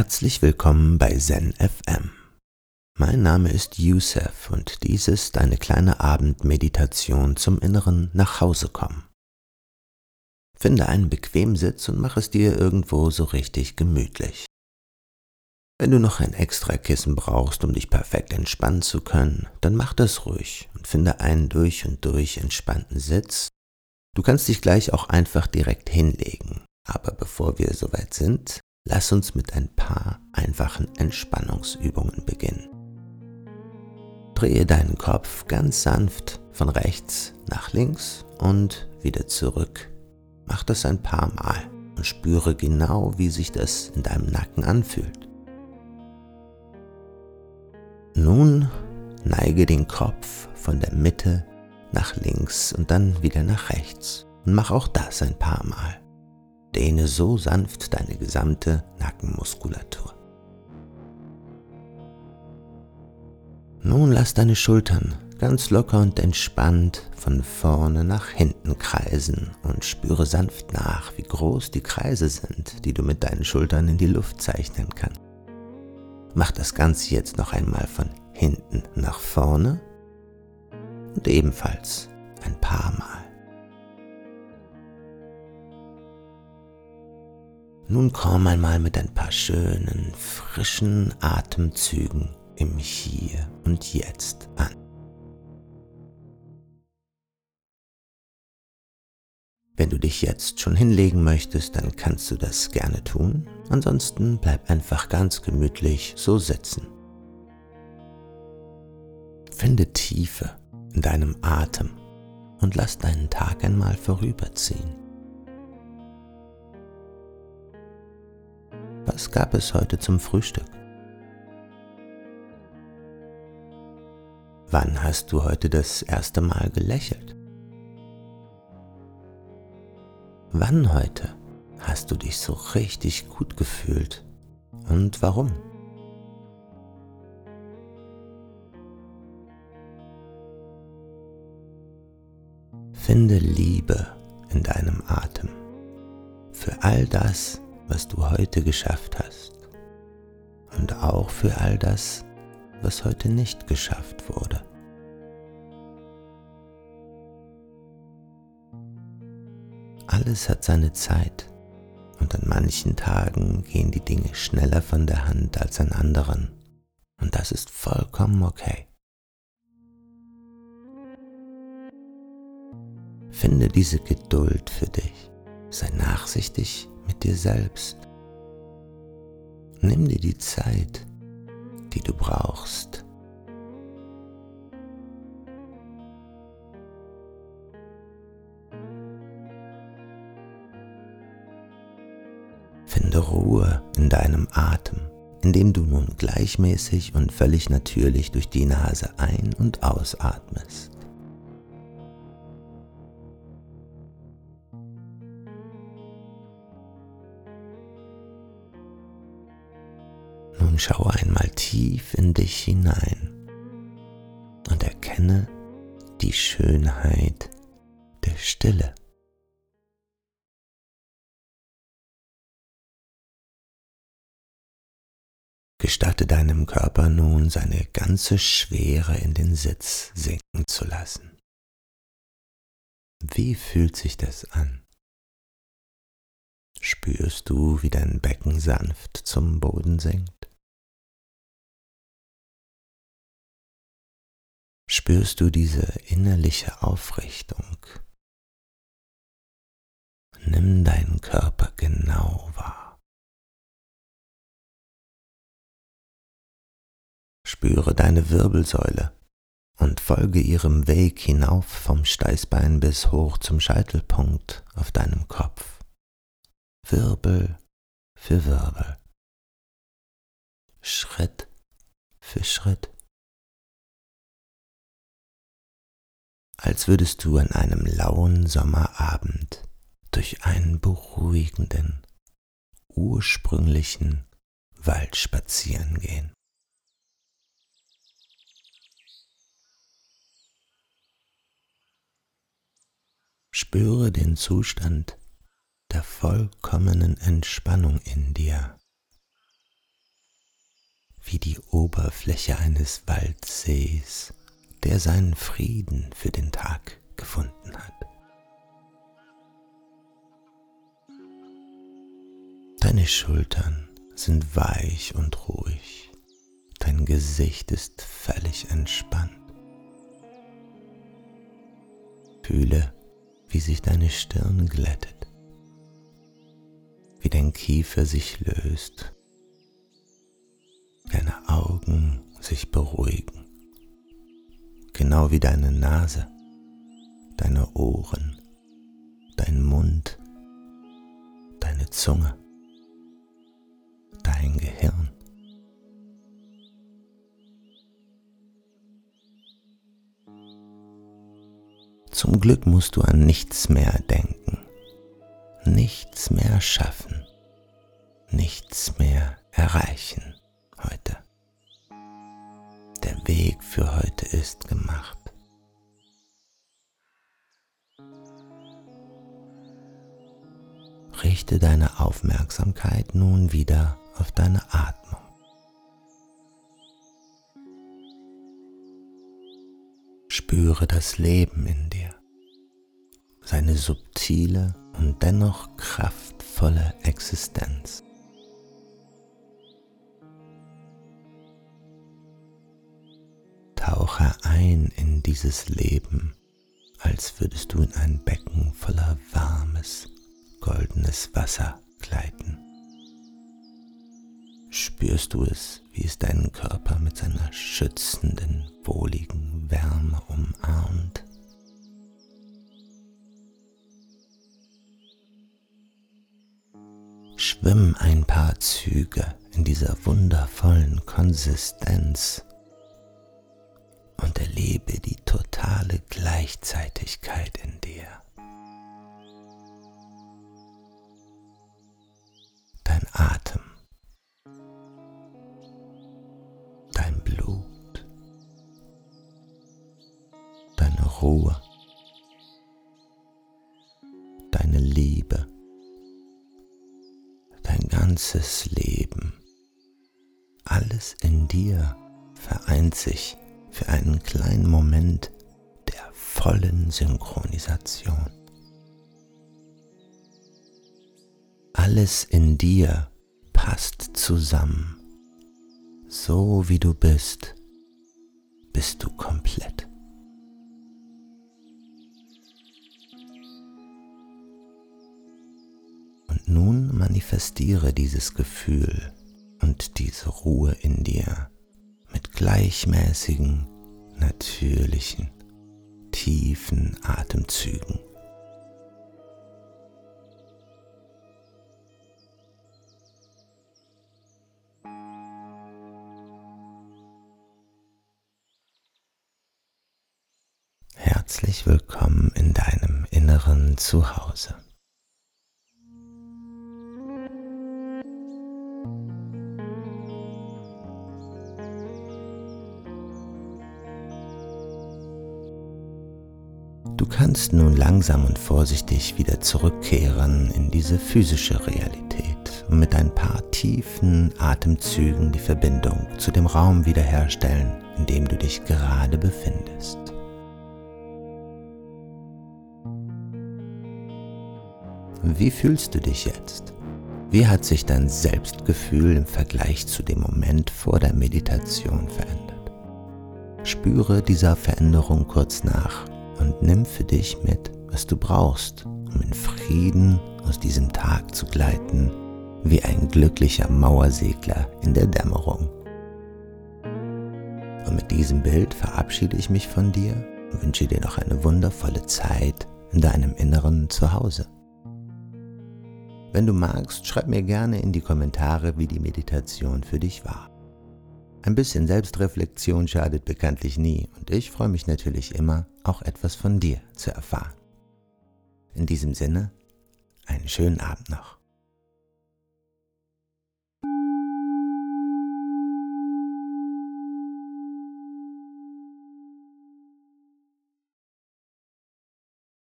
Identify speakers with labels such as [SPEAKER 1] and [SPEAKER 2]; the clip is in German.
[SPEAKER 1] Herzlich willkommen bei Zen FM. Mein Name ist Youssef und dies ist eine kleine Abendmeditation zum inneren Nachhausekommen. Finde einen bequemen Sitz und mach es dir irgendwo so richtig gemütlich. Wenn du noch ein extra Kissen brauchst, um dich perfekt entspannen zu können, dann mach das ruhig und finde einen durch und durch entspannten Sitz. Du kannst dich gleich auch einfach direkt hinlegen, aber bevor wir soweit sind, lass uns mit ein paar einfachen Entspannungsübungen beginnen. Drehe deinen Kopf ganz sanft von rechts nach links und wieder zurück. Mach das ein paar Mal und spüre genau, wie sich das in deinem Nacken anfühlt. Nun neige den Kopf von der Mitte nach links und dann wieder nach rechts und mach auch das ein paar Mal. Dehne so sanft deine gesamte Nackenmuskulatur. Nun lass deine Schultern ganz locker und entspannt von vorne nach hinten kreisen und spüre sanft nach, wie groß die Kreise sind, die du mit deinen Schultern in die Luft zeichnen kannst. Mach das Ganze jetzt noch einmal von hinten nach vorne und ebenfalls ein paar Mal. Nun komm einmal mit ein paar schönen, frischen Atemzügen im Hier und Jetzt an. Wenn du dich jetzt schon hinlegen möchtest, dann kannst du das gerne tun. Ansonsten bleib einfach ganz gemütlich so sitzen. Finde Tiefe in deinem Atem und lass deinen Tag einmal vorüberziehen. Was gab es heute zum Frühstück? Wann hast du heute das erste Mal gelächelt? Wann heute hast du dich so richtig gut gefühlt und warum? Finde Liebe in deinem Atem für all das, was du heute geschafft hast und auch für all das, was heute nicht geschafft wurde. Alles hat seine Zeit und an manchen Tagen gehen die Dinge schneller von der Hand als an anderen und das ist vollkommen okay. Finde diese Geduld für dich, sei nachsichtig mit dir selbst. Nimm dir die Zeit, die du brauchst. Finde Ruhe in deinem Atem, indem du nun gleichmäßig und völlig natürlich durch die Nase ein- und ausatmest. Nun schaue einmal tief in dich hinein und erkenne die Schönheit der Stille. Gestatte deinem Körper nun, seine ganze Schwere in den Sitz sinken zu lassen. Wie fühlt sich das an? Spürst du, wie dein Becken sanft zum Boden sinkt? Spürst du diese innerliche Aufrichtung? Nimm deinen Körper genau wahr. Spüre deine Wirbelsäule und folge ihrem Weg hinauf vom Steißbein bis hoch zum Scheitelpunkt auf deinem Kopf. Wirbel für Wirbel. Schritt für Schritt. Als würdest du an einem lauen Sommerabend durch einen beruhigenden, ursprünglichen Wald spazieren gehen. Spüre den Zustand der vollkommenen Entspannung in dir. wie die Oberfläche eines Waldsees, der seinen Frieden für den Tag gefunden hat. Deine Schultern sind weich und ruhig, dein Gesicht ist völlig entspannt. Fühle, wie sich deine Stirn glättet, wie dein Kiefer sich löst, deine Augen sich beruhigen, genau wie deine Nase, deine Ohren, dein Mund, deine Zunge, dein Gehirn. Zum Glück musst du an nichts mehr denken, nichts mehr schaffen, nichts mehr erreichen heute. Der Weg für heute ist gemacht. Richte deine Aufmerksamkeit nun wieder auf deine Atmung. Spüre das Leben in dir, seine subtile und dennoch kraftvolle Existenz. Tauche ein in dieses Leben, als würdest du in ein Becken voller warmes, goldenes Wasser gleiten. Spürst du es, wie es deinen Körper mit seiner schützenden, wohligen Wärme umarmt? Schwimm ein paar Züge in dieser wundervollen Konsistenz und erlebe die totale Gleichzeitigkeit in dir. Dein Atem, dein Blut, deine Ruhe, deine Liebe, dein ganzes Leben, alles in dir vereint sich für einen kleinen Moment der vollen Synchronisation. Alles in dir passt zusammen. So wie du bist, bist du komplett. Und nun manifestiere dieses Gefühl und diese Ruhe in dir mit gleichmäßigen, natürlichen, tiefen Atemzügen. Herzlich willkommen in deinem inneren Zuhause. Du kannst nun langsam und vorsichtig wieder zurückkehren in diese physische Realität und mit ein paar tiefen Atemzügen die Verbindung zu dem Raum wiederherstellen, in dem du dich gerade befindest. Wie fühlst du dich jetzt? Wie hat sich dein Selbstgefühl im Vergleich zu dem Moment vor der Meditation verändert? Spüre dieser Veränderung kurz nach und nimm für dich mit, was du brauchst, um in Frieden aus diesem Tag zu gleiten, wie ein glücklicher Mauersegler in der Dämmerung. Und mit diesem Bild verabschiede ich mich von dir und wünsche dir noch eine wundervolle Zeit in deinem inneren Zuhause. Wenn du magst, schreib mir gerne in die Kommentare, wie die Meditation für dich war. Ein bisschen Selbstreflexion schadet bekanntlich nie und ich freue mich natürlich immer, auch etwas von dir zu erfahren. In diesem Sinne, einen schönen Abend noch.